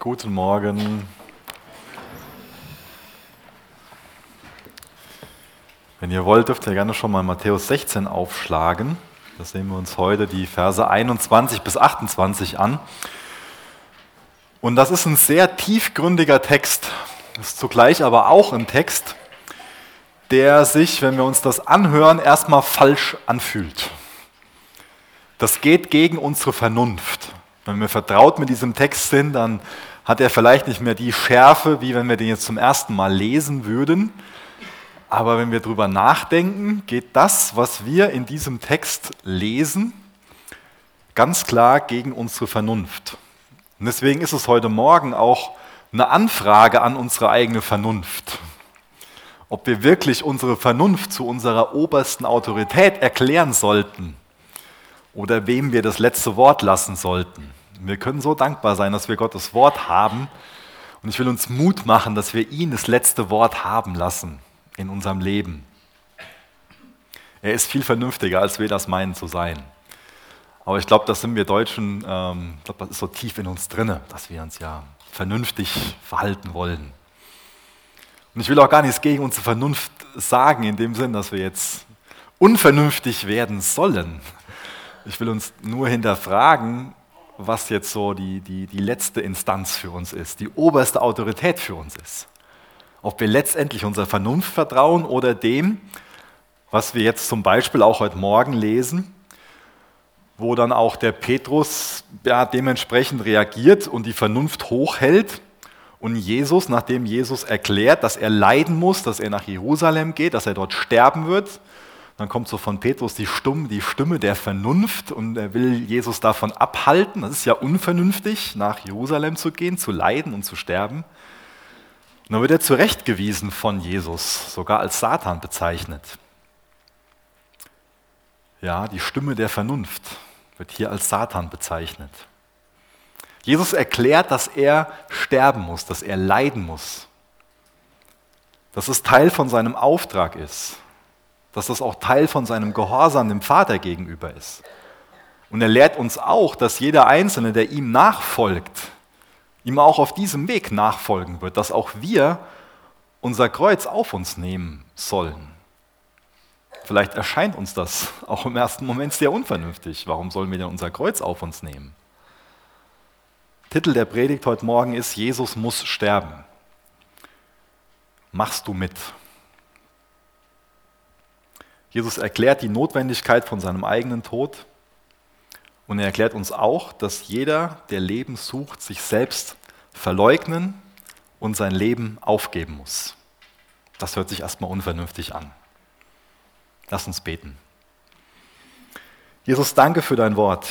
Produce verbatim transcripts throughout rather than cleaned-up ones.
Guten Morgen. Wenn ihr wollt, dürft ihr gerne schon mal Matthäus sechzehn aufschlagen. Da sehen wir uns heute die Verse einundzwanzig bis achtundzwanzig an. Und das ist ein sehr tiefgründiger Text. Das ist zugleich aber auch ein Text, der sich, wenn wir uns das anhören, erstmal falsch anfühlt. Das geht gegen unsere Vernunft. Wenn wir vertraut mit diesem Text sind, dann hat er vielleicht nicht mehr die Schärfe, wie wenn wir den jetzt zum ersten Mal lesen würden. Aber wenn wir drüber nachdenken, geht das, was wir in diesem Text lesen, ganz klar gegen unsere Vernunft. Und deswegen ist es heute Morgen auch eine Anfrage an unsere eigene Vernunft. Ob wir wirklich unsere Vernunft zu unserer obersten Autorität erklären sollten oder wem wir das letzte Wort lassen sollten. Wir können so dankbar sein, dass wir Gottes Wort haben. Und ich will uns Mut machen, dass wir ihn das letzte Wort haben lassen in unserem Leben. Er ist viel vernünftiger, als wir das meinen zu sein. Aber ich glaube, das sind wir Deutschen, ähm, ich glaube, das ist so tief in uns drin, dass wir uns ja vernünftig verhalten wollen. Und ich will auch gar nichts gegen unsere Vernunft sagen, in dem Sinn, dass wir jetzt unvernünftig werden sollen. Ich will uns nur hinterfragen, was jetzt so die, die, die letzte Instanz für uns ist, die oberste Autorität für uns ist. Ob wir letztendlich unserer Vernunft vertrauen oder dem, was wir jetzt zum Beispiel auch heute Morgen lesen, wo dann auch der Petrus ja, dementsprechend reagiert und die Vernunft hochhält und Jesus, nachdem Jesus erklärt, dass er leiden muss, dass er nach Jerusalem geht, dass er dort sterben wird, dann kommt so von Petrus die Stimme, die Stimme der Vernunft und er will Jesus davon abhalten. Das ist ja unvernünftig, nach Jerusalem zu gehen, zu leiden und zu sterben. Und dann wird er zurechtgewiesen von Jesus, sogar als Satan bezeichnet. Ja, die Stimme der Vernunft wird hier als Satan bezeichnet. Jesus erklärt, dass er sterben muss, dass er leiden muss. Dass es Teil von seinem Auftrag ist. Dass das auch Teil von seinem Gehorsam dem Vater gegenüber ist. Und er lehrt uns auch, dass jeder Einzelne, der ihm nachfolgt, ihm auch auf diesem Weg nachfolgen wird, dass auch wir unser Kreuz auf uns nehmen sollen. Vielleicht erscheint uns das auch im ersten Moment sehr unvernünftig. Warum sollen wir denn unser Kreuz auf uns nehmen? Titel der Predigt heute Morgen ist: Jesus muss sterben. Machst du mit? Jesus erklärt die Notwendigkeit von seinem eigenen Tod und er erklärt uns auch, dass jeder, der Leben sucht, sich selbst verleugnen und sein Leben aufgeben muss. Das hört sich erstmal unvernünftig an. Lass uns beten. Jesus, danke für dein Wort.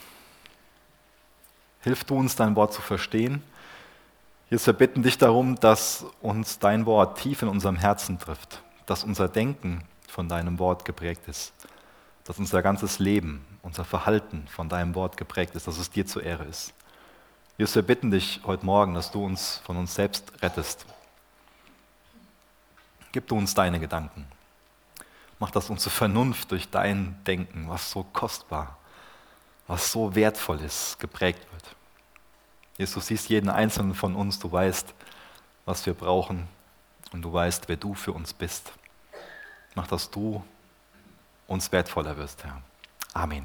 Hilf du uns, dein Wort zu verstehen. Jesus, wir bitten dich darum, dass uns dein Wort tief in unserem Herzen trifft, dass unser Denken von deinem Wort geprägt ist, dass unser ganzes Leben, unser Verhalten von deinem Wort geprägt ist, dass es dir zur Ehre ist. Jesus, wir bitten dich heute Morgen, dass du uns von uns selbst rettest. Gib du uns deine Gedanken. Mach, dass unsere Vernunft durch dein Denken, was so kostbar, was so wertvoll ist, geprägt wird. Jesus, du siehst jeden Einzelnen von uns, du weißt, was wir brauchen und du weißt, wer du für uns bist. Mach, dass du uns wertvoller wirst, Herr. Amen.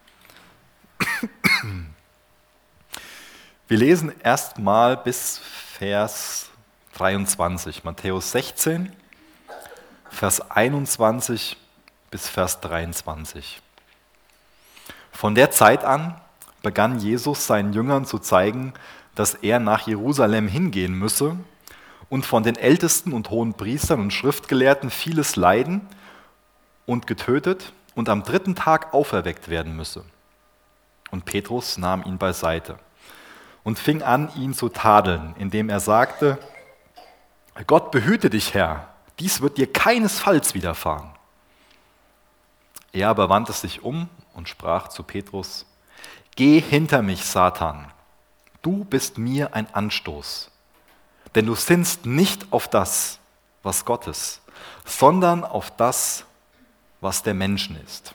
Wir lesen erstmal bis Vers dreiundzwanzig, Matthäus sechzehn, Vers einundzwanzig bis Vers dreiundzwanzig. Von der Zeit an begann Jesus seinen Jüngern zu zeigen, dass er nach Jerusalem hingehen müsse und von den Ältesten und Hohenpriestern und Schriftgelehrten vieles leiden und getötet und am dritten Tag auferweckt werden müsse. Und Petrus nahm ihn beiseite und fing an, ihn zu tadeln, indem er sagte: Gott behüte dich, Herr, dies wird dir keinesfalls widerfahren. Er aber wandte sich um und sprach zu Petrus: Geh hinter mich, Satan, du bist mir ein Anstoß. Denn du sinnst nicht auf das, was Gott ist, sondern auf das, was der Menschen ist.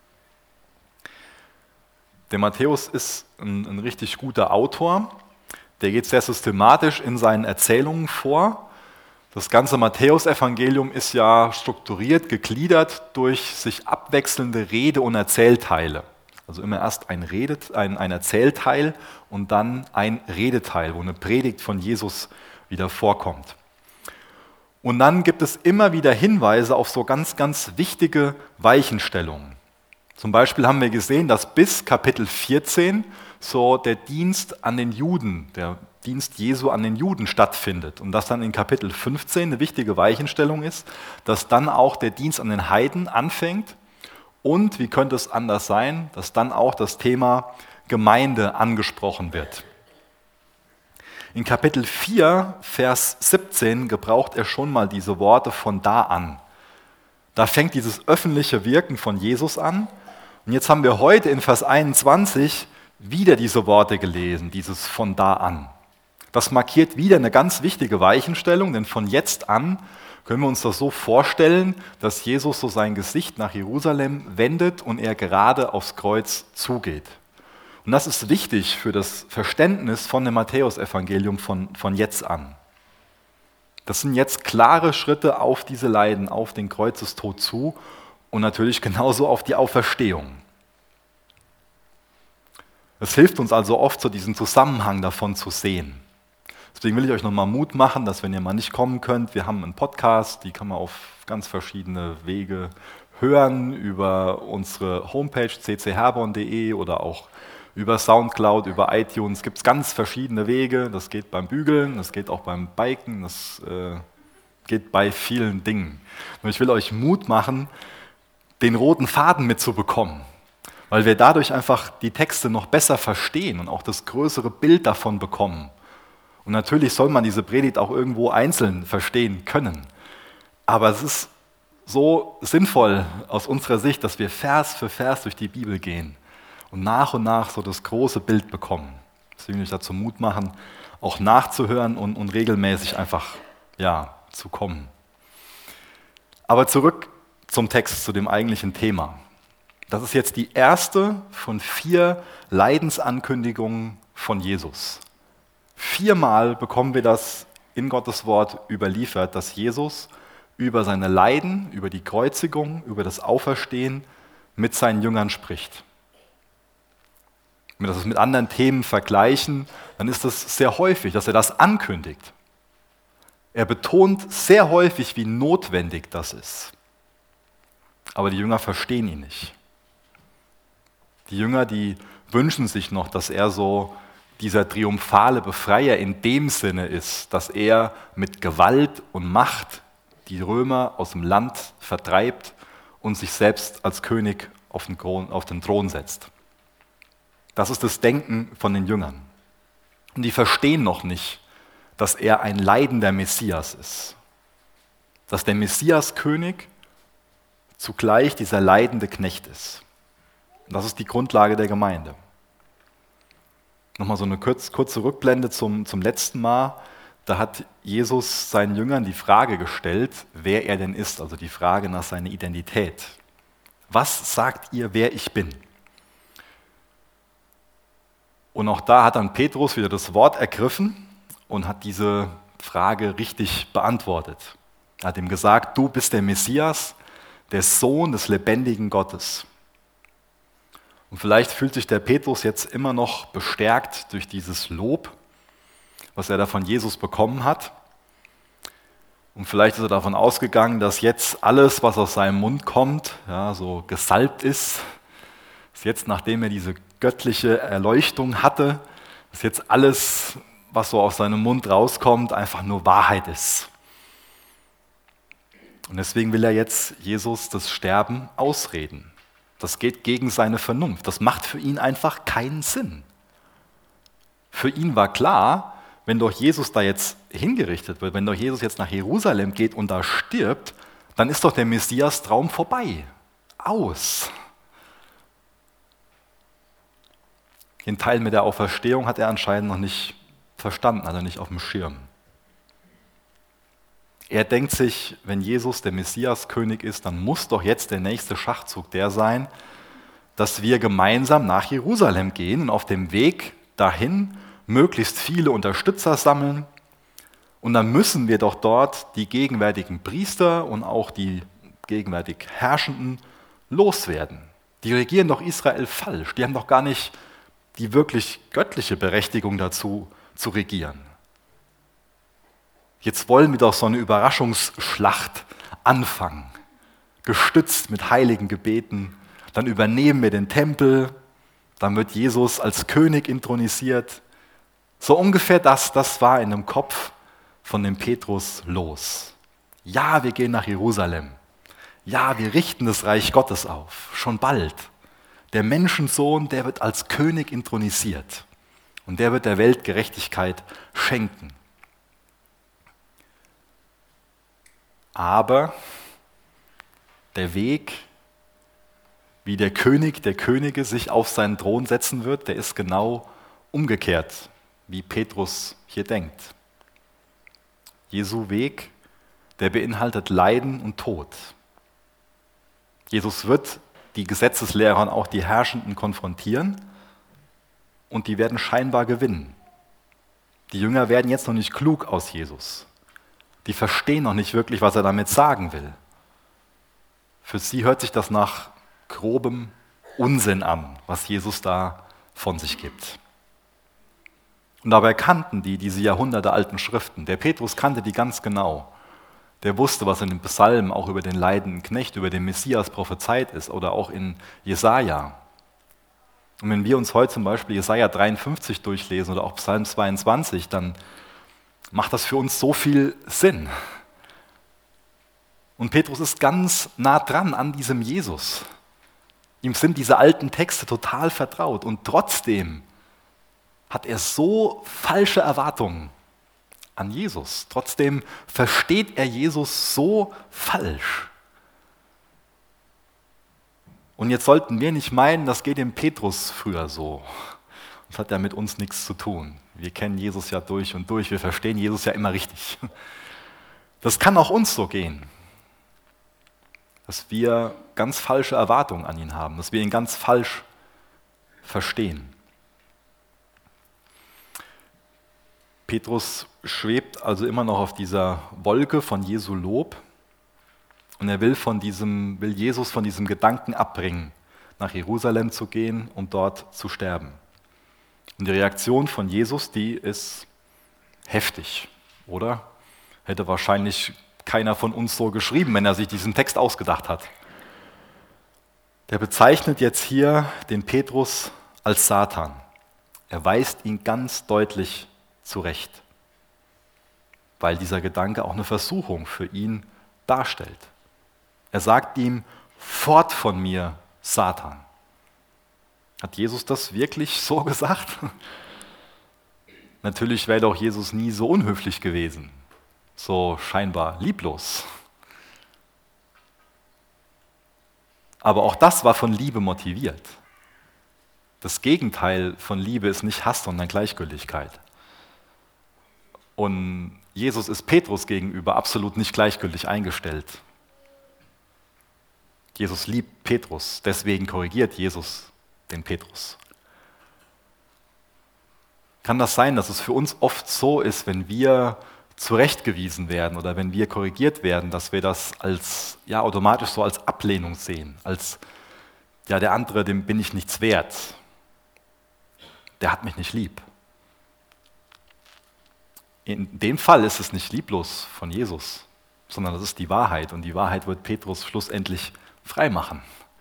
Der Matthäus ist ein, ein richtig guter Autor, Der geht sehr systematisch in seinen Erzählungen vor. Das ganze Matthäusevangelium ist ja strukturiert, gegliedert durch sich abwechselnde Rede- und Erzählteile. Also immer erst ein, Redet, ein, ein Erzählteil und dann ein Redeteil, wo eine Predigt von Jesus wieder vorkommt. Und dann gibt es immer wieder Hinweise auf so ganz, ganz wichtige Weichenstellungen. Zum Beispiel haben wir gesehen, dass bis Kapitel vierzehn so der Dienst an den Juden, der Dienst Jesu an den Juden stattfindet. Und dass dann in Kapitel fünfzehn eine wichtige Weichenstellung ist, dass dann auch der Dienst an den Heiden anfängt. Und, wie könnte es anders sein, dass dann auch das Thema Gemeinde angesprochen wird. In Kapitel vier, Vers siebzehn gebraucht er schon mal diese Worte von da an. Da fängt dieses öffentliche Wirken von Jesus an. Und jetzt haben wir heute in Vers einundzwanzig wieder diese Worte gelesen, dieses von da an. Das markiert wieder eine ganz wichtige Weichenstellung, denn von jetzt an können wir uns das so vorstellen, dass Jesus so sein Gesicht nach Jerusalem wendet und er gerade aufs Kreuz zugeht. Und das ist wichtig für das Verständnis von dem Matthäusevangelium von, von jetzt an. Das sind jetzt klare Schritte auf diese Leiden, auf den Kreuzestod zu und natürlich genauso auf die Auferstehung. Es hilft uns also oft, so diesen Zusammenhang davon zu sehen. Deswegen will ich euch nochmal Mut machen, dass wenn ihr mal nicht kommen könnt, wir haben einen Podcast, die kann man auf ganz verschiedene Wege hören, über unsere Homepage c c herborn punkt de oder auch über Soundcloud, über iTunes. Es gibt ganz verschiedene Wege, das geht beim Bügeln, das geht auch beim Biken, das äh, geht bei vielen Dingen. Und ich will euch Mut machen, den roten Faden mitzubekommen, weil wir dadurch einfach die Texte noch besser verstehen und auch das größere Bild davon bekommen. Und natürlich soll man diese Predigt auch irgendwo einzeln verstehen können. Aber es ist so sinnvoll aus unserer Sicht, dass wir Vers für Vers durch die Bibel gehen und nach und nach so das große Bild bekommen. Deswegen will ich dazu Mut machen, auch nachzuhören und, und regelmäßig einfach ja, zu kommen. Aber zurück zum Text, zu dem eigentlichen Thema. Das ist jetzt die erste von vier Leidensankündigungen von Jesus. Viermal bekommen wir das in Gottes Wort überliefert, dass Jesus über seine Leiden, über die Kreuzigung, über das Auferstehen mit seinen Jüngern spricht. Wenn wir das mit anderen Themen vergleichen, dann ist es sehr häufig, dass er das ankündigt. Er betont sehr häufig, wie notwendig das ist. Aber die Jünger verstehen ihn nicht. Die Jünger, die wünschen sich noch, dass er so dieser triumphale Befreier in dem Sinne ist, dass er mit Gewalt und Macht die Römer aus dem Land vertreibt und sich selbst als König auf den Thron, auf den Thron setzt. Das ist das Denken von den Jüngern. Und die verstehen noch nicht, dass er ein leidender Messias ist. Dass der Messias-König zugleich dieser leidende Knecht ist. Und das ist die Grundlage der Gemeinde. Nochmal so eine kurz, kurze Rückblende zum, zum letzten Mal. Da hat Jesus seinen Jüngern die Frage gestellt, wer er denn ist, also die Frage nach seiner Identität. Was sagt ihr, wer ich bin? Und auch da hat dann Petrus wieder das Wort ergriffen und hat diese Frage richtig beantwortet. Er hat ihm gesagt, du bist der Messias, der Sohn des lebendigen Gottes. Und vielleicht fühlt sich der Petrus jetzt immer noch bestärkt durch dieses Lob, was er da von Jesus bekommen hat. Und vielleicht ist er davon ausgegangen, dass jetzt alles, was aus seinem Mund kommt, ja, so gesalbt ist. Dass jetzt, nachdem er diese göttliche Erleuchtung hatte, dass jetzt alles, was so aus seinem Mund rauskommt, einfach nur Wahrheit ist. Und deswegen will er jetzt Jesus das Sterben ausreden. Das geht gegen seine Vernunft. Das macht für ihn einfach keinen Sinn. Für ihn war klar, wenn doch Jesus da jetzt hingerichtet wird, wenn doch Jesus jetzt nach Jerusalem geht und da stirbt, dann ist doch der Messias-Traum vorbei. Aus. Den Teil mit der Auferstehung hat er anscheinend noch nicht verstanden, also nicht auf dem Schirm. Er denkt sich, wenn Jesus der Messias-König ist, dann muss doch jetzt der nächste Schachzug der sein, dass wir gemeinsam nach Jerusalem gehen und auf dem Weg dahin möglichst viele Unterstützer sammeln und dann müssen wir doch dort die gegenwärtigen Priester und auch die gegenwärtig Herrschenden loswerden. Die regieren doch Israel falsch, die haben doch gar nicht die wirklich göttliche Berechtigung dazu, zu regieren. Jetzt wollen wir doch so eine Überraschungsschlacht anfangen, gestützt mit heiligen Gebeten. Dann übernehmen wir den Tempel, dann wird Jesus als König intronisiert. So ungefähr das, das war in dem Kopf von dem Petrus los. Ja, wir gehen nach Jerusalem. Ja, wir richten das Reich Gottes auf, schon bald. Der Menschensohn, der wird als König intronisiert und der wird der Welt Gerechtigkeit schenken. Aber der Weg, wie der König der Könige sich auf seinen Thron setzen wird, der ist genau umgekehrt, wie Petrus hier denkt. Jesu Weg, der beinhaltet Leiden und Tod. Jesus wird die Gesetzeslehrer und auch die Herrschenden konfrontieren und die werden scheinbar gewinnen. Die Jünger werden jetzt noch nicht klug aus Jesus. Die verstehen noch nicht wirklich, was er damit sagen will. Für sie hört sich das nach grobem Unsinn an, was Jesus da von sich gibt. Und dabei kannten die diese jahrhundertealten Schriften. Der Petrus kannte die ganz genau. Der wusste, was in den Psalmen auch über den leidenden Knecht, über den Messias prophezeit ist oder auch in Jesaja. Und wenn wir uns heute zum Beispiel Jesaja dreiundfünfzig durchlesen oder auch Psalm zweiundzwanzig, dann macht das für uns so viel Sinn. Und Petrus ist ganz nah dran an diesem Jesus. Ihm sind diese alten Texte total vertraut und trotzdem hat er so falsche Erwartungen an Jesus. Trotzdem versteht er Jesus so falsch. Und jetzt sollten wir nicht meinen, das geht dem Petrus früher so. Das hat ja mit uns nichts zu tun. Wir kennen Jesus ja durch und durch, wir verstehen Jesus ja immer richtig. Das kann auch uns so gehen, dass wir ganz falsche Erwartungen an ihn haben, dass wir ihn ganz falsch verstehen. Petrus schwebt also immer noch auf dieser Wolke von Jesu Lob und er will, von diesem, will Jesus von diesem Gedanken abbringen, nach Jerusalem zu gehen und dort zu sterben. Und die Reaktion von Jesus, die ist heftig, oder? Hätte wahrscheinlich keiner von uns so geschrieben, wenn er sich diesen Text ausgedacht hat. Der bezeichnet jetzt hier den Petrus als Satan. Er weist ihn ganz deutlich zurecht, weil dieser Gedanke auch eine Versuchung für ihn darstellt. Er sagt ihm, fort von mir, Satan. Hat Jesus das wirklich so gesagt? Natürlich wäre doch Jesus nie so unhöflich gewesen, so scheinbar lieblos. Aber auch das war von Liebe motiviert. Das Gegenteil von Liebe ist nicht Hass, sondern Gleichgültigkeit. Und Jesus ist Petrus gegenüber absolut nicht gleichgültig eingestellt. Jesus liebt Petrus, deswegen korrigiert Jesus den Petrus. Kann das sein, dass es für uns oft so ist, wenn wir zurechtgewiesen werden oder wenn wir korrigiert werden, dass wir das als ja automatisch so als Ablehnung sehen, als ja der andere, dem bin ich nichts wert, der hat mich nicht lieb. In dem Fall ist es nicht lieblos von Jesus, sondern das ist die Wahrheit und die Wahrheit wird Petrus schlussendlich frei machen.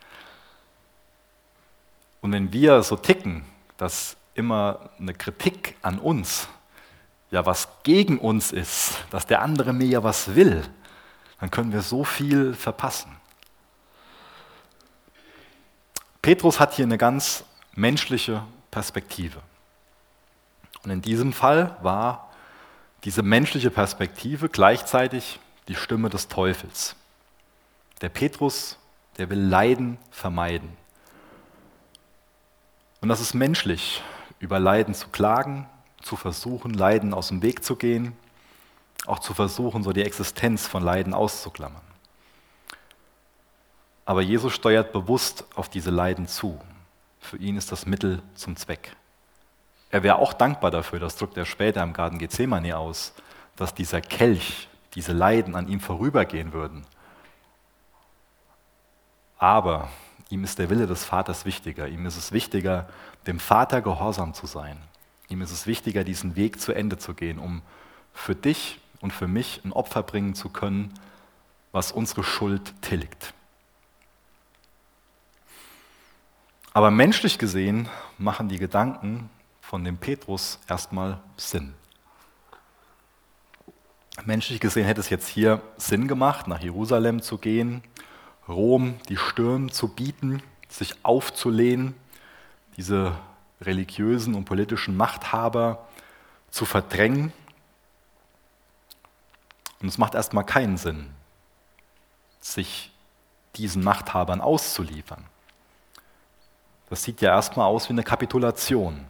Und wenn wir so ticken, dass immer eine Kritik an uns ja was gegen uns ist, dass der andere mir ja was will, dann können wir so viel verpassen. Petrus hat hier eine ganz menschliche Perspektive. Und in diesem Fall war diese menschliche Perspektive gleichzeitig die Stimme des Teufels. Der Petrus, der will Leiden vermeiden. Und das ist menschlich, über Leiden zu klagen, zu versuchen, Leiden aus dem Weg zu gehen, auch zu versuchen, so die Existenz von Leiden auszuklammern. Aber Jesus steuert bewusst auf diese Leiden zu. Für ihn ist das Mittel zum Zweck. Er wäre auch dankbar dafür, das drückt er später im Garten Gethsemane aus, dass dieser Kelch, diese Leiden an ihm vorübergehen würden. Aber ihm ist der Wille des Vaters wichtiger. Ihm ist es wichtiger, dem Vater gehorsam zu sein. Ihm ist es wichtiger, diesen Weg zu Ende zu gehen, um für dich und für mich ein Opfer bringen zu können, was unsere Schuld tilgt. Aber menschlich gesehen machen die Gedanken von dem Petrus erstmal Sinn. Menschlich gesehen hätte es jetzt hier Sinn gemacht, nach Jerusalem zu gehen, Rom die Stirn zu bieten, sich aufzulehnen, diese religiösen und politischen Machthaber zu verdrängen. Und es macht erstmal keinen Sinn, sich diesen Machthabern auszuliefern. Das sieht ja erstmal aus wie eine Kapitulation.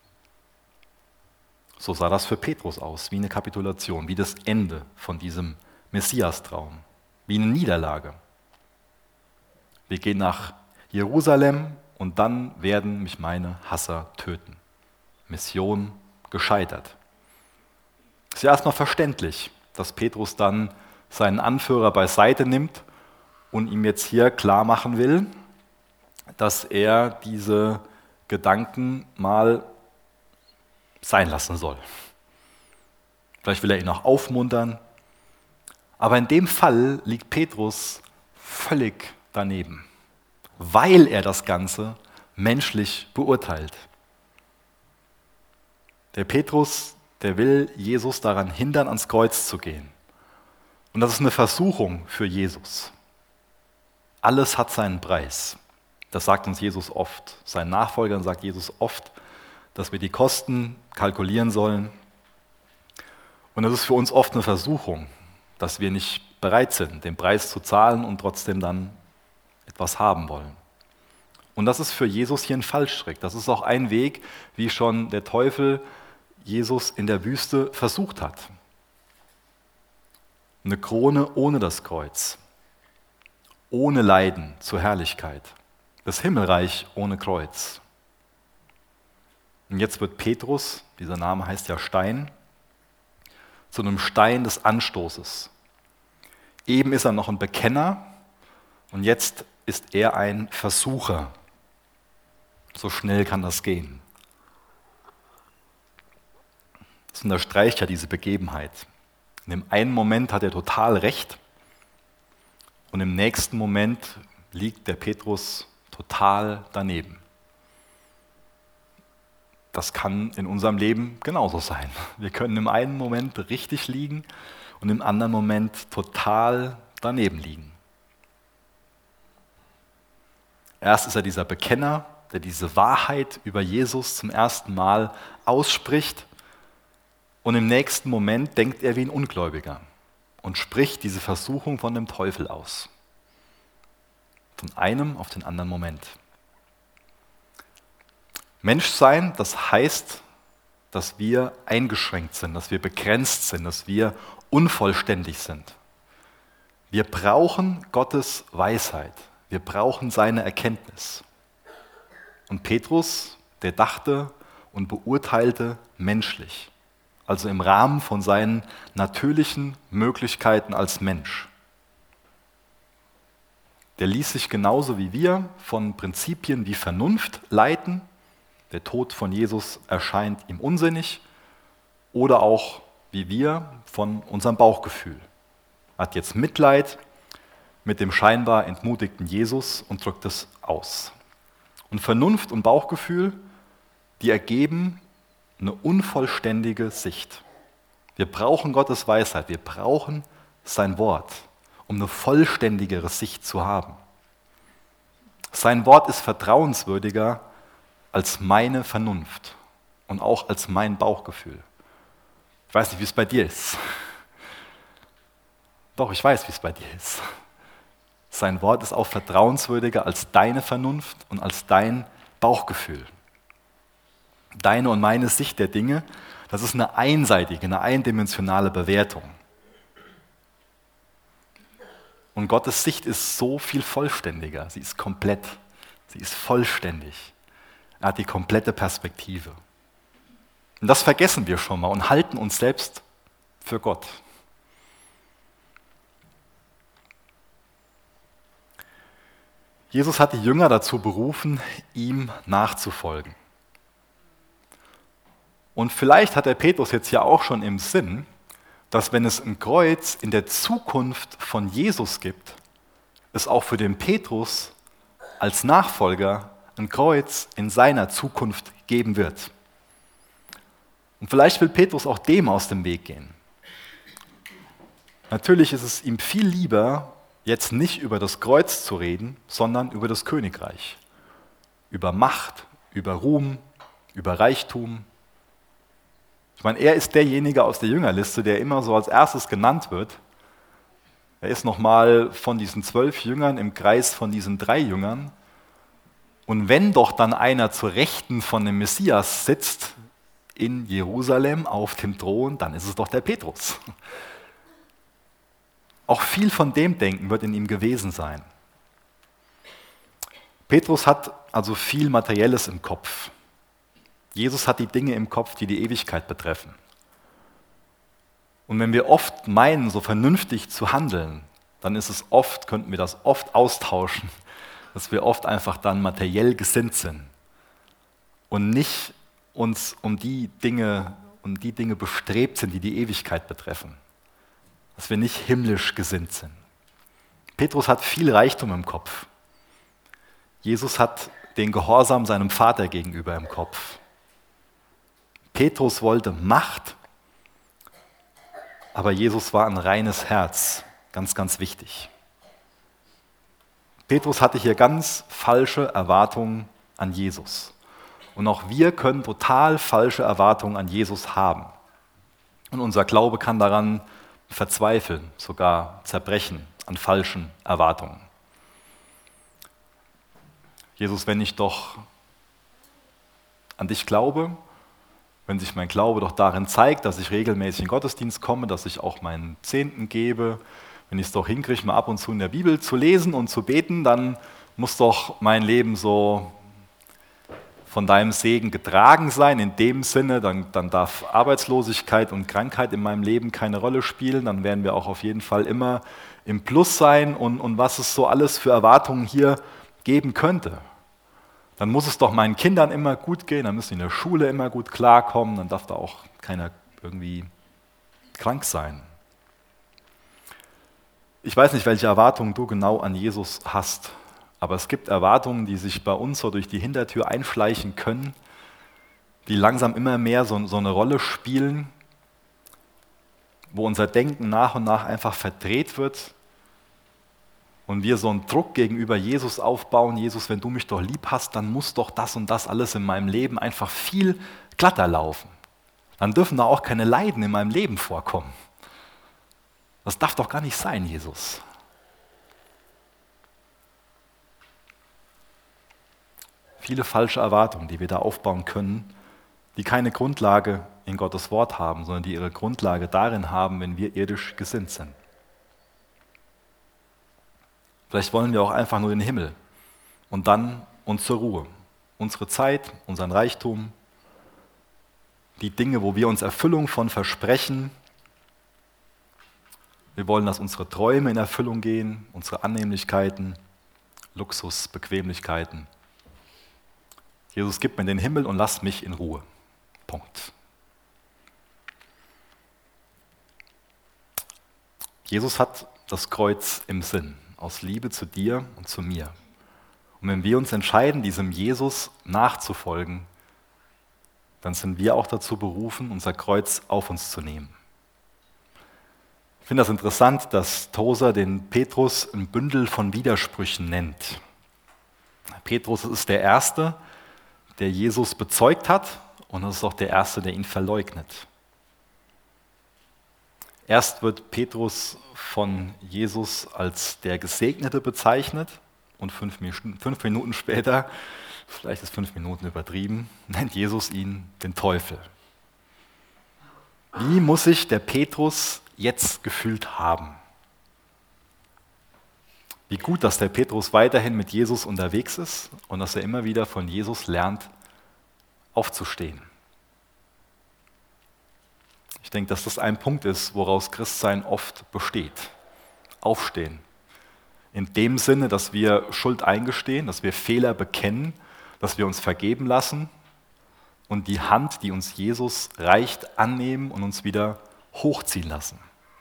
So sah das für Petrus aus, wie eine Kapitulation, wie das Ende von diesem Messiastraum, wie eine Niederlage. Wir gehen nach Jerusalem und dann werden mich meine Hasser töten. Mission gescheitert. Ist ja erstmal verständlich, dass Petrus dann seinen Anführer beiseite nimmt und ihm jetzt hier klar machen will, dass er diese Gedanken mal sein lassen soll. Vielleicht will er ihn auch aufmuntern, aber in dem Fall liegt Petrus völlig daneben, weil er das Ganze menschlich beurteilt. Der Petrus, der will Jesus daran hindern, ans Kreuz zu gehen. Und das ist eine Versuchung für Jesus. Alles hat seinen Preis. Das sagt uns Jesus oft. Seinen Nachfolgern sagt Jesus oft, dass wir die Kosten kalkulieren sollen. Und das ist für uns oft eine Versuchung, dass wir nicht bereit sind, den Preis zu zahlen und trotzdem dann etwas haben wollen. Und das ist für Jesus hier ein Fallstrick. Das ist auch ein Weg, wie schon der Teufel Jesus in der Wüste versucht hat. Eine Krone ohne das Kreuz, ohne Leiden zur Herrlichkeit, das Himmelreich ohne Kreuz. Und jetzt wird Petrus, dieser Name heißt ja Stein, zu einem Stein des Anstoßes. Eben ist er noch ein Bekenner und jetzt ist er ein Versucher. So schnell kann das gehen. Das unterstreicht ja diese Begebenheit. In dem einen Moment hat er total recht und im nächsten Moment liegt der Petrus total daneben. Das kann in unserem Leben genauso sein. Wir können im einen Moment richtig liegen und im anderen Moment total daneben liegen. Erst ist er dieser Bekenner, der diese Wahrheit über Jesus zum ersten Mal ausspricht und im nächsten Moment denkt er wie ein Ungläubiger und spricht diese Versuchung von dem Teufel aus. Von einem auf den anderen Moment. Menschsein, das heißt, dass wir eingeschränkt sind, dass wir begrenzt sind, dass wir unvollständig sind. Wir brauchen Gottes Weisheit. Wir brauchen seine Erkenntnis. Und Petrus, der dachte und beurteilte menschlich, also im Rahmen von seinen natürlichen Möglichkeiten als Mensch. Der ließ sich genauso wie wir von Prinzipien wie Vernunft leiten. Der Tod von Jesus erscheint ihm unsinnig. Oder auch wie wir von unserem Bauchgefühl. Er hat jetzt Mitleid mit dem scheinbar entmutigten Jesus und drückt es aus. Und Vernunft und Bauchgefühl, die ergeben eine unvollständige Sicht. Wir brauchen Gottes Weisheit, wir brauchen sein Wort, um eine vollständigere Sicht zu haben. Sein Wort ist vertrauenswürdiger als meine Vernunft und auch als mein Bauchgefühl. Ich weiß nicht, wie es bei dir ist. Doch, ich weiß, wie es bei dir ist. Sein Wort ist auch vertrauenswürdiger als deine Vernunft und als dein Bauchgefühl. Deine und meine Sicht der Dinge, das ist eine einseitige, eine eindimensionale Bewertung. Und Gottes Sicht ist so viel vollständiger. Sie ist komplett. Sie ist vollständig. Er hat die komplette Perspektive. Und das vergessen wir schon mal und halten uns selbst für Gott. Jesus hat die Jünger dazu berufen, ihm nachzufolgen. Und vielleicht hat der Petrus jetzt ja auch schon im Sinn, dass wenn es ein Kreuz in der Zukunft von Jesus gibt, es auch für den Petrus als Nachfolger ein Kreuz in seiner Zukunft geben wird. Und vielleicht will Petrus auch dem aus dem Weg gehen. Natürlich ist es ihm viel lieber, jetzt nicht über das Kreuz zu reden, sondern über das Königreich. Über Macht, über Ruhm, über Reichtum. Ich meine, er ist derjenige aus der Jüngerliste, der immer so als erstes genannt wird. Er ist nochmal von diesen zwölf Jüngern im Kreis von diesen drei Jüngern. Und wenn doch dann einer zur Rechten von dem Messias sitzt in Jerusalem auf dem Thron, dann ist es doch der Petrus. Auch viel von dem Denken wird in ihm gewesen sein. Petrus hat also viel Materielles im Kopf. Jesus hat die Dinge im Kopf, die die Ewigkeit betreffen. Und wenn wir oft meinen, so vernünftig zu handeln, dann ist es oft, könnten wir das oft austauschen, dass wir oft einfach dann materiell gesinnt sind und nicht uns um die Dinge, um die Dinge bestrebt sind, die die Ewigkeit betreffen. Dass wir nicht himmlisch gesinnt sind. Petrus hat viel Reichtum im Kopf. Jesus hat den Gehorsam seinem Vater gegenüber im Kopf. Petrus wollte Macht, aber Jesus war ein reines Herz. Ganz, ganz wichtig. Petrus hatte hier ganz falsche Erwartungen an Jesus. Und auch wir können total falsche Erwartungen an Jesus haben. Und unser Glaube kann daran verzweifeln, sogar zerbrechen an falschen Erwartungen. Jesus, wenn ich doch an dich glaube, wenn sich mein Glaube doch darin zeigt, dass ich regelmäßig in den Gottesdienst komme, dass ich auch meinen Zehnten gebe, wenn ich es doch hinkriege, mal ab und zu in der Bibel zu lesen und zu beten, dann muss doch mein Leben so von deinem Segen getragen sein. In dem Sinne, dann, dann darf Arbeitslosigkeit und Krankheit in meinem Leben keine Rolle spielen. Dann werden wir auch auf jeden Fall immer im Plus sein und, und was es so alles für Erwartungen hier geben könnte. Dann muss es doch meinen Kindern immer gut gehen, dann müssen sie in der Schule immer gut klarkommen, dann darf da auch keiner irgendwie krank sein. Ich weiß nicht, welche Erwartungen du genau an Jesus hast, aber es gibt Erwartungen, die sich bei uns so durch die Hintertür einschleichen können, die langsam immer mehr so, so eine Rolle spielen, wo unser Denken nach und nach einfach verdreht wird und wir so einen Druck gegenüber Jesus aufbauen. Jesus, wenn du mich doch lieb hast, dann muss doch das und das alles in meinem Leben einfach viel glatter laufen. Dann dürfen da auch keine Leiden in meinem Leben vorkommen. Das darf doch gar nicht sein, Jesus. Viele falsche Erwartungen, die wir da aufbauen können, die keine Grundlage in Gottes Wort haben, sondern die ihre Grundlage darin haben, wenn wir irdisch gesinnt sind. Vielleicht wollen wir auch einfach nur den Himmel und dann uns zur Ruhe. Unsere Zeit, unseren Reichtum, die Dinge, wo wir uns Erfüllung von versprechen. Wir wollen, dass unsere Träume in Erfüllung gehen, unsere Annehmlichkeiten, Luxus, Bequemlichkeiten. Jesus, gib mir den Himmel und lass mich in Ruhe. Punkt. Jesus hat das Kreuz im Sinn, aus Liebe zu dir und zu mir. Und wenn wir uns entscheiden, diesem Jesus nachzufolgen, dann sind wir auch dazu berufen, unser Kreuz auf uns zu nehmen. Ich finde das interessant, dass Tozer den Petrus ein Bündel von Widersprüchen nennt. Petrus ist der Erste, der Jesus bezeugt hat, und das ist auch der Erste, der ihn verleugnet. Erst wird Petrus von Jesus als der Gesegnete bezeichnet und fünf, fünf Minuten später, vielleicht ist fünf Minuten übertrieben, nennt Jesus ihn den Teufel. Wie muss sich der Petrus jetzt gefühlt haben? Wie gut, dass der Petrus weiterhin mit Jesus unterwegs ist und dass er immer wieder von Jesus lernt, aufzustehen. Ich denke, dass das ein Punkt ist, woraus Christsein oft besteht. Aufstehen. In dem Sinne, dass wir Schuld eingestehen, dass wir Fehler bekennen, dass wir uns vergeben lassen und die Hand, die uns Jesus reicht, annehmen und uns wieder hochziehen lassen.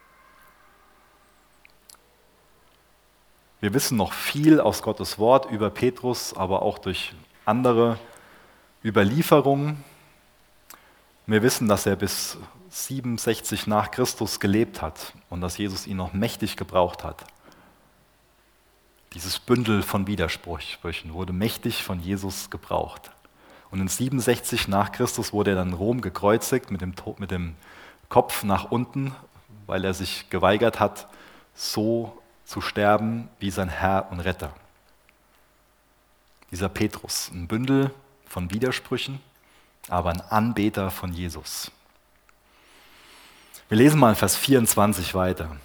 Wir wissen noch viel aus Gottes Wort über Petrus, aber auch durch andere Überlieferungen. Wir wissen, dass er bis siebenundsechzig nach Christus gelebt hat und dass Jesus ihn noch mächtig gebraucht hat. Dieses Bündel von Widersprüchen wurde mächtig von Jesus gebraucht. Und in siebenundsechzig nach Christus wurde er dann in Rom gekreuzigt mit dem, mit dem Kopf nach unten, weil er sich geweigert hat, so zu sterben wie sein Herr und Retter. Dieser Petrus, ein Bündel von Widersprüchen, aber ein Anbeter von Jesus. Wir lesen mal in Vers vierundzwanzig weiter.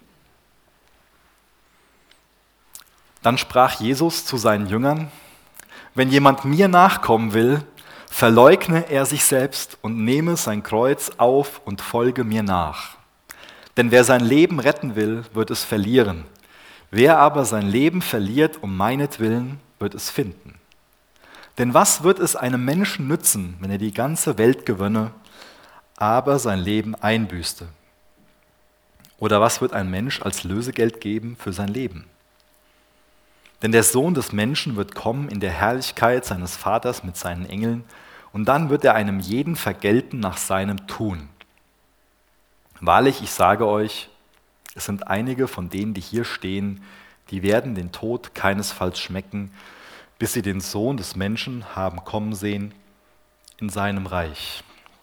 Dann sprach Jesus zu seinen Jüngern: Wenn jemand mir nachkommen will, verleugne er sich selbst und nehme sein Kreuz auf und folge mir nach. Denn wer sein Leben retten will, wird es verlieren. Wer aber sein Leben verliert um meinetwillen, wird es finden. Denn was wird es einem Menschen nützen, wenn er die ganze Welt gewönne, aber sein Leben einbüßte? Oder was wird ein Mensch als Lösegeld geben für sein Leben? Denn der Sohn des Menschen wird kommen in der Herrlichkeit seines Vaters mit seinen Engeln, und dann wird er einem jeden vergelten nach seinem Tun. Wahrlich, ich sage euch, es sind einige von denen, die hier stehen, die werden den Tod keinesfalls schmecken, bis sie den Sohn des Menschen haben kommen sehen in seinem Reich.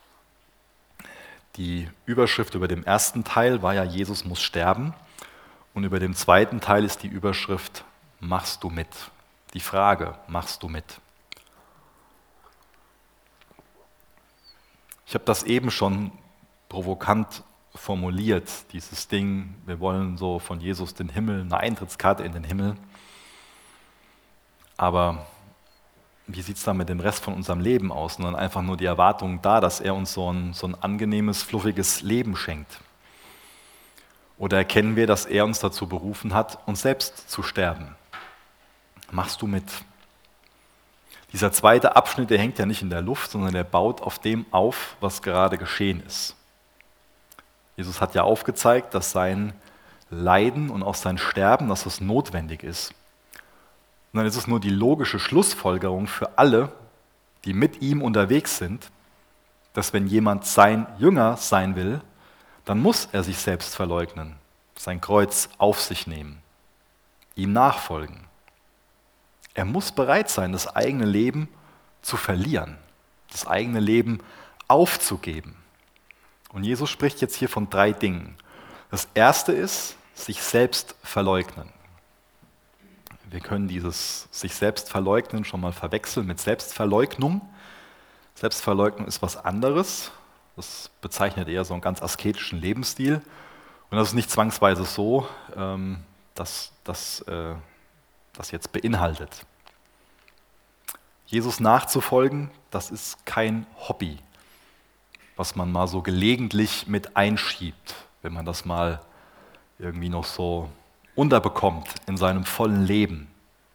Die Überschrift über dem ersten Teil war ja, Jesus muss sterben, und über dem zweiten Teil ist die Überschrift, machst du mit? Die Frage, machst du mit? Ich habe das eben schon provokant formuliert, dieses Ding, wir wollen so von Jesus den Himmel, eine Eintrittskarte in den Himmel. Aber wie sieht es dann mit dem Rest von unserem Leben aus? Und dann einfach nur die Erwartung da, dass er uns so ein, so ein angenehmes, fluffiges Leben schenkt. Oder erkennen wir, dass er uns dazu berufen hat, uns selbst zu sterben? Machst du mit? Dieser zweite Abschnitt, der hängt ja nicht in der Luft, sondern der baut auf dem auf, was gerade geschehen ist. Jesus hat ja aufgezeigt, dass sein Leiden und auch sein Sterben, dass das notwendig ist. Und dann ist es nur die logische Schlussfolgerung für alle, die mit ihm unterwegs sind, dass wenn jemand sein Jünger sein will, dann muss er sich selbst verleugnen, sein Kreuz auf sich nehmen, ihm nachfolgen. Er muss bereit sein, das eigene Leben zu verlieren, das eigene Leben aufzugeben. Und Jesus spricht jetzt hier von drei Dingen. Das erste ist, sich selbst verleugnen. Wir können dieses sich selbst verleugnen schon mal verwechseln mit Selbstverleugnung. Selbstverleugnung ist was anderes. Das bezeichnet eher so einen ganz asketischen Lebensstil. Und das ist nicht zwangsweise so, dass das das jetzt beinhaltet. Jesus nachzufolgen, das ist kein Hobby, was man mal so gelegentlich mit einschiebt, wenn man das mal irgendwie noch so unterbekommt in seinem vollen Leben.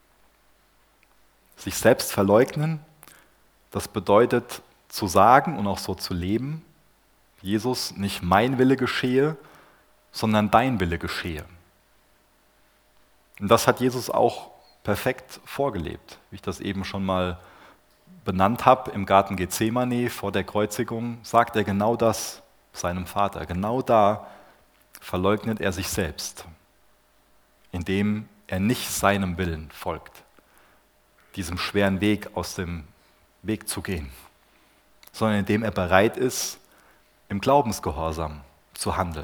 Sich selbst verleugnen, das bedeutet zu sagen und auch so zu leben, Jesus, nicht mein Wille geschehe, sondern dein Wille geschehe. Und das hat Jesus auch perfekt vorgelebt, wie ich das eben schon mal benannt habe im Garten Gethsemane vor der Kreuzigung, sagt er genau das seinem Vater. Genau da verleugnet er sich selbst, indem er nicht seinem Willen folgt, diesem schweren Weg aus dem Weg zu gehen, sondern indem er bereit ist, im Glaubensgehorsam zu handeln.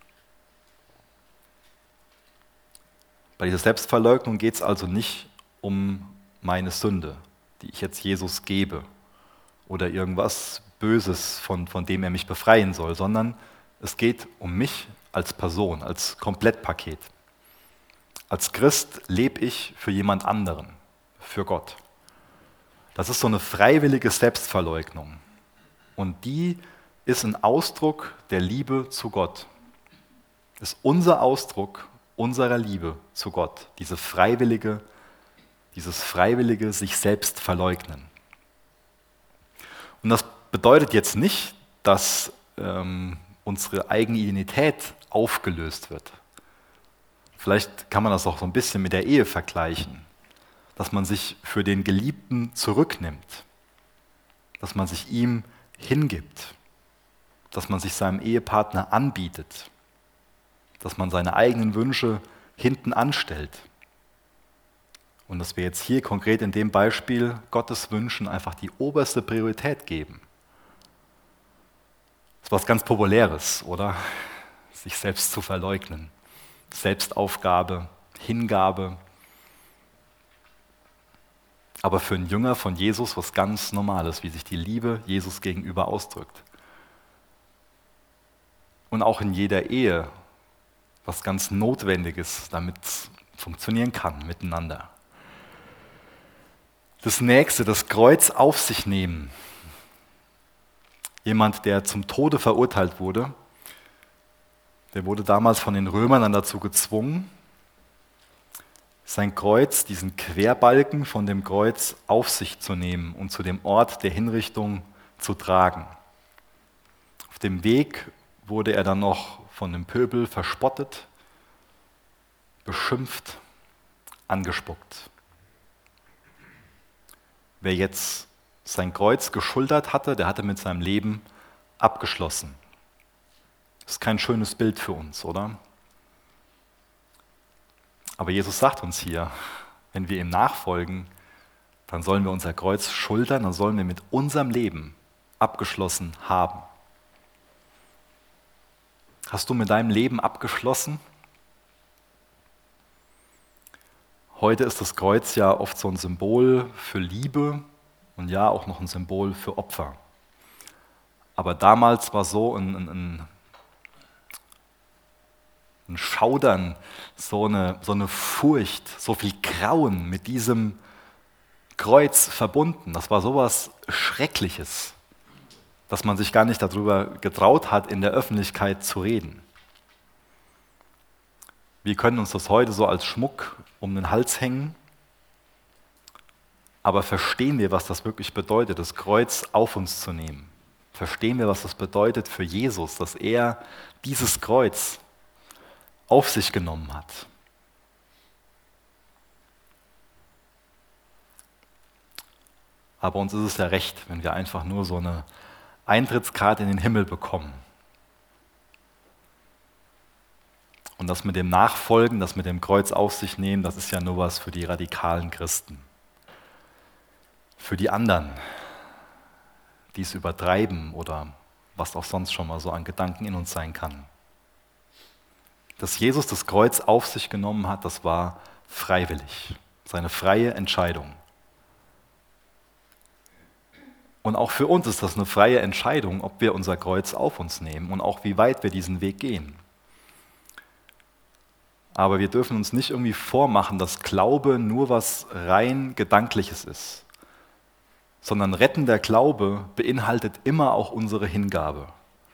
Bei dieser Selbstverleugnung geht es also nicht um meine Sünde, die ich jetzt Jesus gebe oder irgendwas Böses, von, von dem er mich befreien soll, sondern es geht um mich als Person, als Komplettpaket. Als Christ lebe ich für jemand anderen, für Gott. Das ist so eine freiwillige Selbstverleugnung. Und die ist ein Ausdruck der Liebe zu Gott. Ist unser Ausdruck unserer Liebe zu Gott, diese freiwillige, dieses freiwillige sich selbst verleugnen. Und das bedeutet jetzt nicht, dass ähm, unsere eigene Identität aufgelöst wird. Vielleicht kann man das auch so ein bisschen mit der Ehe vergleichen, dass man sich für den Geliebten zurücknimmt, dass man sich ihm hingibt, dass man sich seinem Ehepartner anbietet, dass man seine eigenen Wünsche hinten anstellt. Und dass wir jetzt hier konkret in dem Beispiel Gottes Wünschen einfach die oberste Priorität geben. Das ist was ganz Populäres, oder? Sich selbst zu verleugnen. Selbstaufgabe, Hingabe. Aber für einen Jünger von Jesus was ganz Normales, wie sich die Liebe Jesus gegenüber ausdrückt. Und auch in jeder Ehe was ganz Notwendiges, damit es funktionieren kann miteinander. Das nächste, das Kreuz auf sich nehmen. Jemand, der zum Tode verurteilt wurde, der wurde damals von den Römern dann dazu gezwungen, sein Kreuz, diesen Querbalken von dem Kreuz auf sich zu nehmen und zu dem Ort der Hinrichtung zu tragen. Auf dem Weg wurde er dann noch von dem Pöbel verspottet, beschimpft, angespuckt. Wer jetzt sein Kreuz geschultert hatte, der hatte mit seinem Leben abgeschlossen. Das ist kein schönes Bild für uns, oder? Aber Jesus sagt uns hier, wenn wir ihm nachfolgen, dann sollen wir unser Kreuz schultern, dann sollen wir mit unserem Leben abgeschlossen haben. Hast du mit deinem Leben abgeschlossen? Heute ist das Kreuz ja oft so ein Symbol für Liebe und ja auch noch ein Symbol für Opfer. Aber damals war so ein, ein, ein Schaudern, so eine, so eine Furcht, so viel Grauen mit diesem Kreuz verbunden. Das war sowas Schreckliches, dass man sich gar nicht darüber getraut hat, in der Öffentlichkeit zu reden. Wir können uns das heute so als Schmuck um den Hals hängen, aber verstehen wir, was das wirklich bedeutet, das Kreuz auf uns zu nehmen? Verstehen wir, was das bedeutet für Jesus, dass er dieses Kreuz auf sich genommen hat? Aber uns ist es ja recht, wenn wir einfach nur so eine Eintrittskarte in den Himmel bekommen. Und das mit dem Nachfolgen, das mit dem Kreuz auf sich nehmen, das ist ja nur was für die radikalen Christen. Für die anderen, die es übertreiben oder was auch sonst schon mal so an Gedanken in uns sein kann. Dass Jesus das Kreuz auf sich genommen hat, das war freiwillig, seine freie Entscheidung. Und auch für uns ist das eine freie Entscheidung, ob wir unser Kreuz auf uns nehmen und auch wie weit wir diesen Weg gehen. Aber wir dürfen uns nicht irgendwie vormachen, dass Glaube nur was rein Gedankliches ist, sondern rettender Glaube beinhaltet immer auch unsere Hingabe.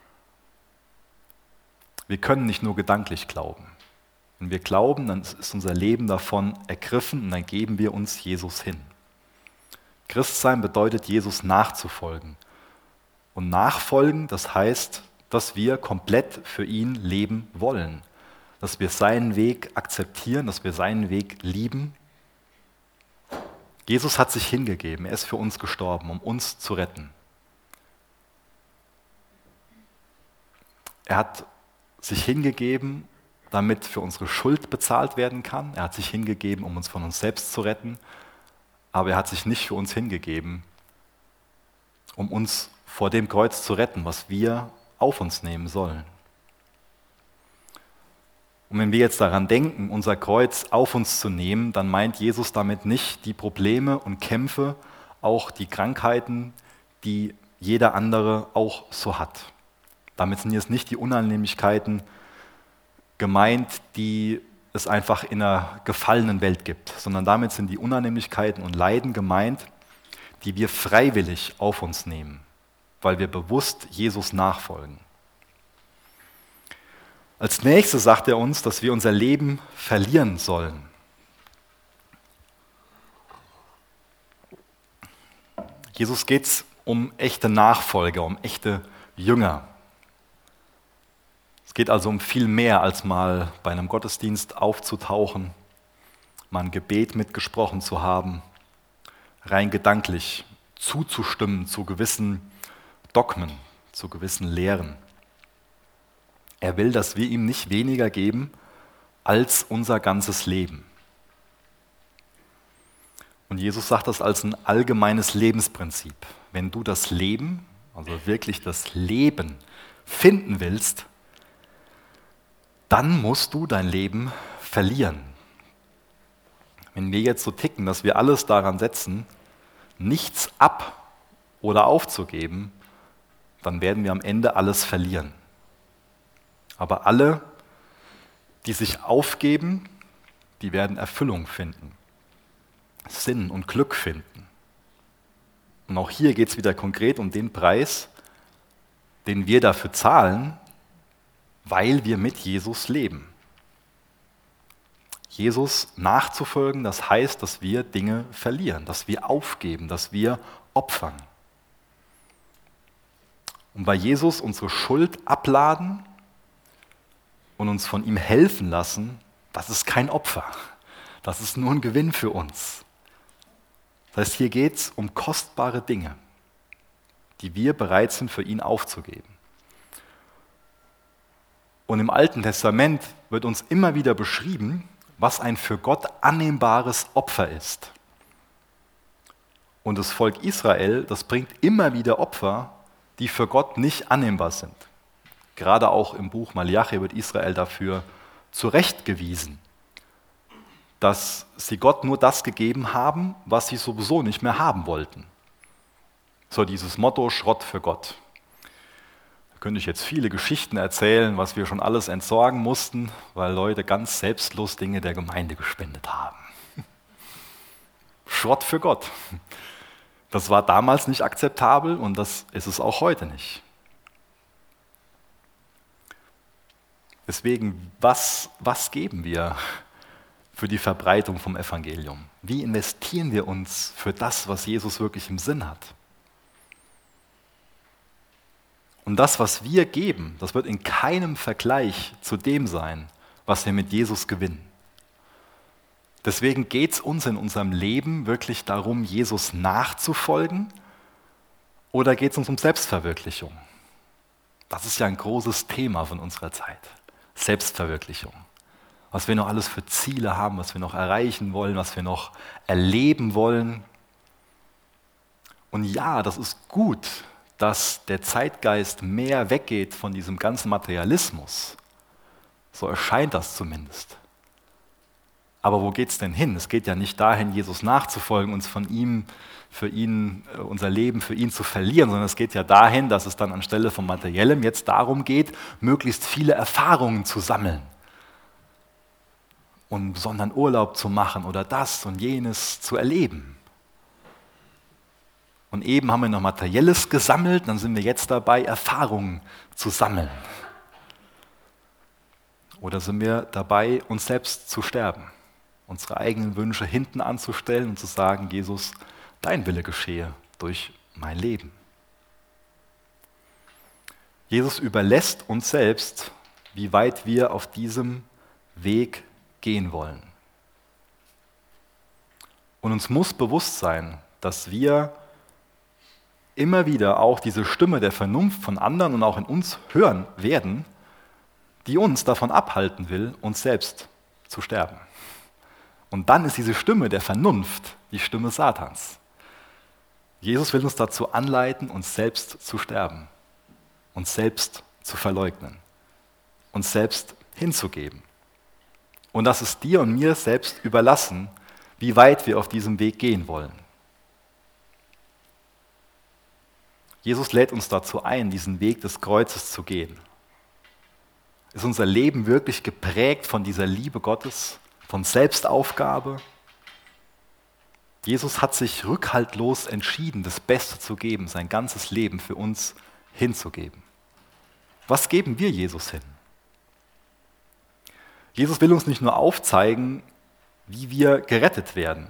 Wir können nicht nur gedanklich glauben. Wenn wir glauben, dann ist unser Leben davon ergriffen und dann geben wir uns Jesus hin. Christsein bedeutet, Jesus nachzufolgen. Und nachfolgen, das heißt, dass wir komplett für ihn leben wollen. Dass wir seinen Weg akzeptieren, dass wir seinen Weg lieben. Jesus hat sich hingegeben, er ist für uns gestorben, um uns zu retten. Er hat sich hingegeben, damit für unsere Schuld bezahlt werden kann. Er hat sich hingegeben, um uns von uns selbst zu retten. Aber er hat sich nicht für uns hingegeben, um uns vor dem Kreuz zu retten, was wir auf uns nehmen sollen. Und wenn wir jetzt daran denken, unser Kreuz auf uns zu nehmen, dann meint Jesus damit nicht die Probleme und Kämpfe, auch die Krankheiten, die jeder andere auch so hat. Damit sind jetzt nicht die Unannehmlichkeiten gemeint, die es einfach in einer gefallenen Welt gibt, sondern damit sind die Unannehmlichkeiten und Leiden gemeint, die wir freiwillig auf uns nehmen. weil wir bewusst Jesus nachfolgen. Als nächstes sagt er uns, dass wir unser Leben verlieren sollen. Jesus geht es um echte Nachfolger, um echte Jünger. Es geht also um viel mehr, als mal bei einem Gottesdienst aufzutauchen, mal ein Gebet mitgesprochen zu haben, rein gedanklich zuzustimmen zu gewissen Dogmen, zu gewissen Lehren. Er will, dass wir ihm nicht weniger geben als unser ganzes Leben. Und Jesus sagt das als ein allgemeines Lebensprinzip. Wenn du das Leben, also wirklich das Leben finden willst, dann musst du dein Leben verlieren. Wenn wir jetzt so ticken, dass wir alles daran setzen, nichts ab oder aufzugeben, dann werden wir am Ende alles verlieren. Aber alle, die sich aufgeben, die werden Erfüllung finden, Sinn und Glück finden. Und auch hier geht es wieder konkret um den Preis, den wir dafür zahlen, weil wir mit Jesus leben. Jesus nachzufolgen, das heißt, dass wir Dinge verlieren, dass wir aufgeben, dass wir opfern. Und bei Jesus unsere Schuld abladen und uns von ihm helfen lassen, das ist kein Opfer. Das ist nur ein Gewinn für uns. Das heißt, hier geht es um kostbare Dinge, die wir bereit sind, für ihn aufzugeben. Und im Alten Testament wird uns immer wieder beschrieben, was ein für Gott annehmbares Opfer ist. Und das Volk Israel, das bringt immer wieder Opfer, die für Gott nicht annehmbar sind. Gerade auch im Buch Malachi wird Israel dafür zurechtgewiesen, dass sie Gott nur das gegeben haben, was sie sowieso nicht mehr haben wollten. So dieses Motto, Schrott für Gott. Da könnte ich jetzt viele Geschichten erzählen, was wir schon alles entsorgen mussten, weil Leute ganz selbstlos Dinge der Gemeinde gespendet haben. Schrott für Gott. Das war damals nicht akzeptabel und das ist es auch heute nicht. Deswegen, was, was geben wir für die Verbreitung vom Evangelium? Wie investieren wir uns für das, was Jesus wirklich im Sinn hat? Und das, was wir geben, das wird in keinem Vergleich zu dem sein, was wir mit Jesus gewinnen. Deswegen geht es uns in unserem Leben wirklich darum, Jesus nachzufolgen, oder geht es uns um Selbstverwirklichung? Das ist ja ein großes Thema von unserer Zeit. Selbstverwirklichung. Was wir noch alles für Ziele haben, was wir noch erreichen wollen, was wir noch erleben wollen. Und ja, das ist gut, dass der Zeitgeist mehr weggeht von diesem ganzen Materialismus. So erscheint das zumindest. Aber wo geht es denn hin? Es geht ja nicht dahin, Jesus nachzufolgen, uns von ihm, für ihn, unser Leben für ihn zu verlieren, sondern es geht ja dahin, dass es dann anstelle von Materiellem jetzt darum geht, möglichst viele Erfahrungen zu sammeln und einen besonderen Urlaub zu machen oder das und jenes zu erleben. Und eben haben wir noch Materielles gesammelt, dann sind wir jetzt dabei, Erfahrungen zu sammeln. Oder sind wir dabei, uns selbst zu sterben, unsere eigenen Wünsche hinten anzustellen und zu sagen, Jesus, dein Wille geschehe durch mein Leben. Jesus überlässt uns selbst, wie weit wir auf diesem Weg gehen wollen. Und uns muss bewusst sein, dass wir immer wieder auch diese Stimme der Vernunft von anderen und auch in uns hören werden, die uns davon abhalten will, uns selbst zu sterben. Und dann ist diese Stimme der Vernunft die Stimme Satans. Jesus will uns dazu anleiten, uns selbst zu sterben, uns selbst zu verleugnen, uns selbst hinzugeben. Und das ist dir und mir selbst überlassen, wie weit wir auf diesem Weg gehen wollen. Jesus lädt uns dazu ein, diesen Weg des Kreuzes zu gehen. Ist unser Leben wirklich geprägt von dieser Liebe Gottes, von Selbstaufgabe? Jesus hat sich rückhaltlos entschieden, das Beste zu geben, sein ganzes Leben für uns hinzugeben. Was geben wir Jesus hin? Jesus will uns nicht nur aufzeigen, wie wir gerettet werden,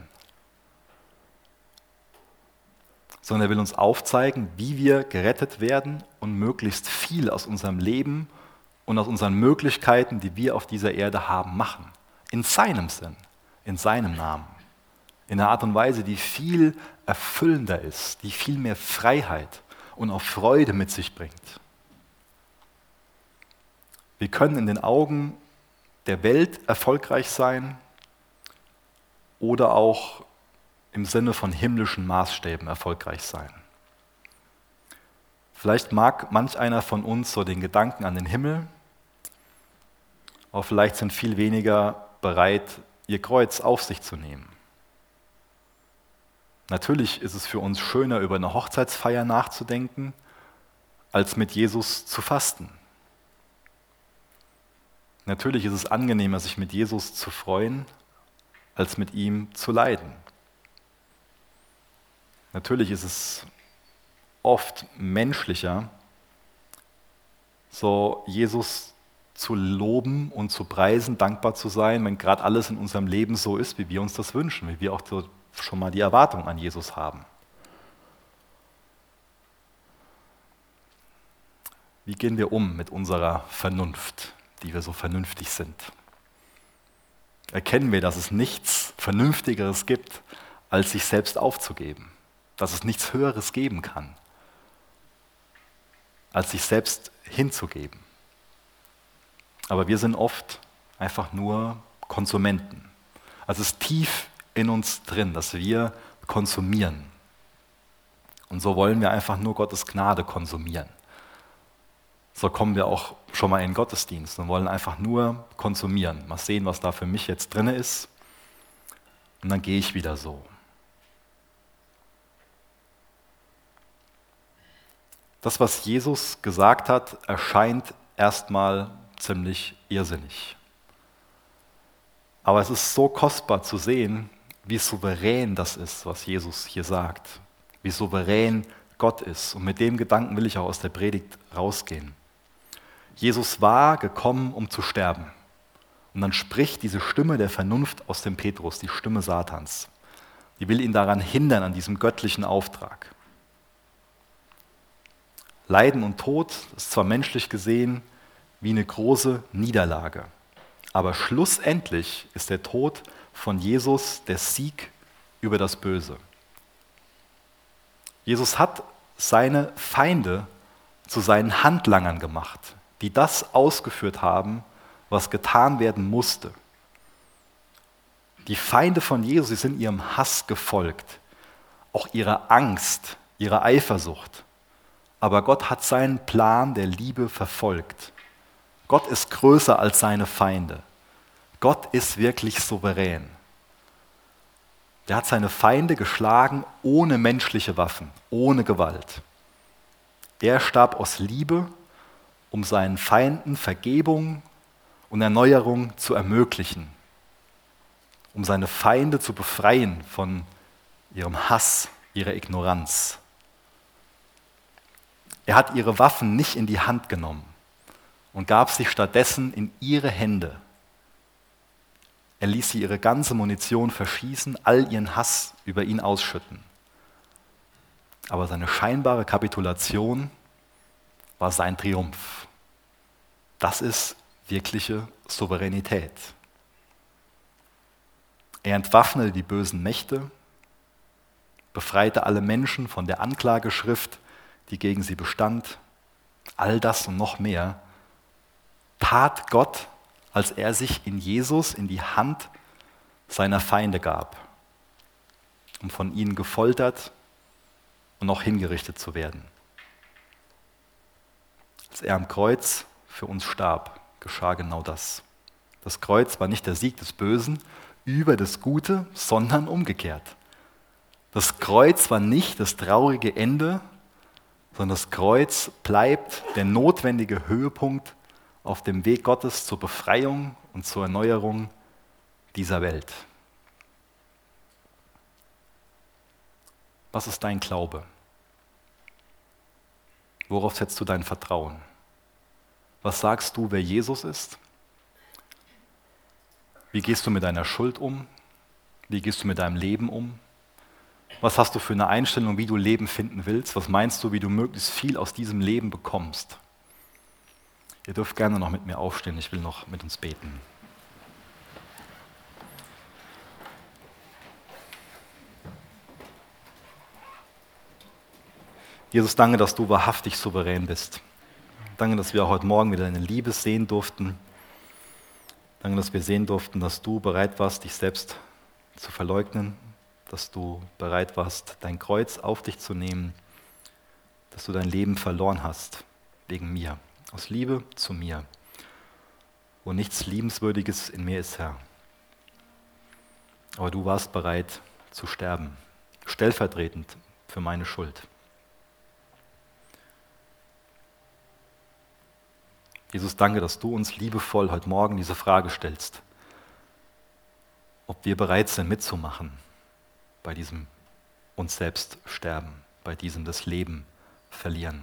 sondern er will uns aufzeigen, wie wir gerettet werden und möglichst viel aus unserem Leben und aus unseren Möglichkeiten, die wir auf dieser Erde haben, machen. In seinem Sinn, in seinem Namen. In einer Art und Weise, die viel erfüllender ist, die viel mehr Freiheit und auch Freude mit sich bringt. Wir können in den Augen der Welt erfolgreich sein oder auch im Sinne von himmlischen Maßstäben erfolgreich sein. Vielleicht mag manch einer von uns so den Gedanken an den Himmel, aber vielleicht sind viel weniger bereit, ihr Kreuz auf sich zu nehmen. Natürlich ist es für uns schöner, über eine Hochzeitsfeier nachzudenken, als mit Jesus zu fasten. Natürlich ist es angenehmer, sich mit Jesus zu freuen, als mit ihm zu leiden. Natürlich ist es oft menschlicher, so Jesus zu loben und zu preisen, dankbar zu sein, wenn gerade alles in unserem Leben so ist, wie wir uns das wünschen, wie wir auch so schon mal die Erwartung an Jesus haben. Wie gehen wir um mit unserer Vernunft, die wir so vernünftig sind? Erkennen wir, dass es nichts Vernünftigeres gibt, als sich selbst aufzugeben, dass es nichts Höheres geben kann, als sich selbst hinzugeben. Aber wir sind oft einfach nur Konsumenten. Also es ist tief in uns drin, dass wir konsumieren. Und so wollen wir einfach nur Gottes Gnade konsumieren. So kommen wir auch schon mal in den Gottesdienst und wollen einfach nur konsumieren. Mal sehen, was da für mich jetzt drin ist. Und dann gehe ich wieder so. Das, was Jesus gesagt hat, erscheint erstmal ziemlich irrsinnig. Aber es ist so kostbar zu sehen, wie souverän das ist, was Jesus hier sagt. Wie souverän Gott ist. Und mit dem Gedanken will ich auch aus der Predigt rausgehen. Jesus war gekommen, um zu sterben. Und dann spricht diese Stimme der Vernunft aus dem Petrus, die Stimme Satans. Die will ihn daran hindern, an diesem göttlichen Auftrag. Leiden und Tod ist zwar menschlich gesehen wie eine große Niederlage, aber schlussendlich ist der Tod von Jesus der Sieg über das Böse. Jesus hat seine Feinde zu seinen Handlangern gemacht, die das ausgeführt haben, was getan werden musste. Die Feinde von Jesus, sie sind ihrem Hass gefolgt, auch ihrer Angst, ihrer Eifersucht. Aber Gott hat seinen Plan der Liebe verfolgt. Gott ist größer als seine Feinde. Gott ist wirklich souverän. Er hat seine Feinde geschlagen ohne menschliche Waffen, ohne Gewalt. Er starb aus Liebe, um seinen Feinden Vergebung und Erneuerung zu ermöglichen, um seine Feinde zu befreien von ihrem Hass, ihrer Ignoranz. Er hat ihre Waffen nicht in die Hand genommen und gab sie stattdessen in ihre Hände. Er ließ sie ihre ganze Munition verschießen, all ihren Hass über ihn ausschütten. Aber seine scheinbare Kapitulation war sein Triumph. Das ist wirkliche Souveränität. Er entwaffnete die bösen Mächte, befreite alle Menschen von der Anklageschrift, die gegen sie bestand. All das und noch mehr tat Gott, als er sich in Jesus in die Hand seiner Feinde gab, um von ihnen gefoltert und auch hingerichtet zu werden. Als er am Kreuz für uns starb, geschah genau das. Das Kreuz war nicht der Sieg des Bösen über das Gute, sondern umgekehrt. Das Kreuz war nicht das traurige Ende, sondern das Kreuz bleibt der notwendige Höhepunkt auf dem Weg Gottes zur Befreiung und zur Erneuerung dieser Welt. Was ist dein Glaube? Worauf setzt du dein Vertrauen? Was sagst du, wer Jesus ist? Wie gehst du mit deiner Schuld um? Wie gehst du mit deinem Leben um? Was hast du für eine Einstellung, wie du Leben finden willst? Was meinst du, wie du möglichst viel aus diesem Leben bekommst? Ihr dürft gerne noch mit mir aufstehen, ich will noch mit uns beten. Jesus, danke, dass du wahrhaftig souverän bist. Danke, dass wir heute Morgen wieder deine Liebe sehen durften. Danke, dass wir sehen durften, dass du bereit warst, dich selbst zu verleugnen, dass du bereit warst, dein Kreuz auf dich zu nehmen, dass du dein Leben verloren hast wegen mir, aus Liebe zu mir, wo nichts Liebenswürdiges in mir ist, Herr. Aber du warst bereit zu sterben, stellvertretend für meine Schuld. Jesus, danke, dass du uns liebevoll heute Morgen diese Frage stellst, ob wir bereit sind mitzumachen bei diesem uns selbst sterben, bei diesem das Leben verlieren.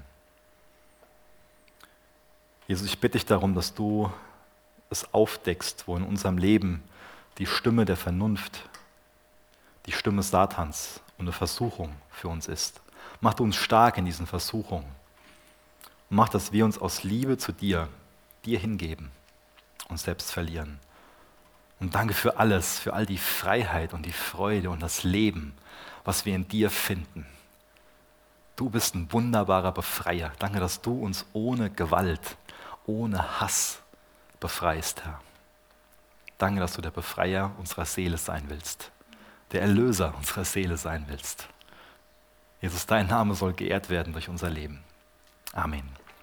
Jesus, ich bitte dich darum, dass du es aufdeckst, wo in unserem Leben die Stimme der Vernunft, die Stimme Satans und eine Versuchung für uns ist. Mach du uns stark in diesen Versuchungen. Und mach, dass wir uns aus Liebe zu dir, dir hingeben, uns selbst verlieren. Und danke für alles, für all die Freiheit und die Freude und das Leben, was wir in dir finden. Du bist ein wunderbarer Befreier. Danke, dass du uns ohne Gewalt, ohne Hass befreist, Herr. Danke, dass du der Befreier unserer Seele sein willst, der Erlöser unserer Seele sein willst. Jesus, dein Name soll geehrt werden durch unser Leben. Amen.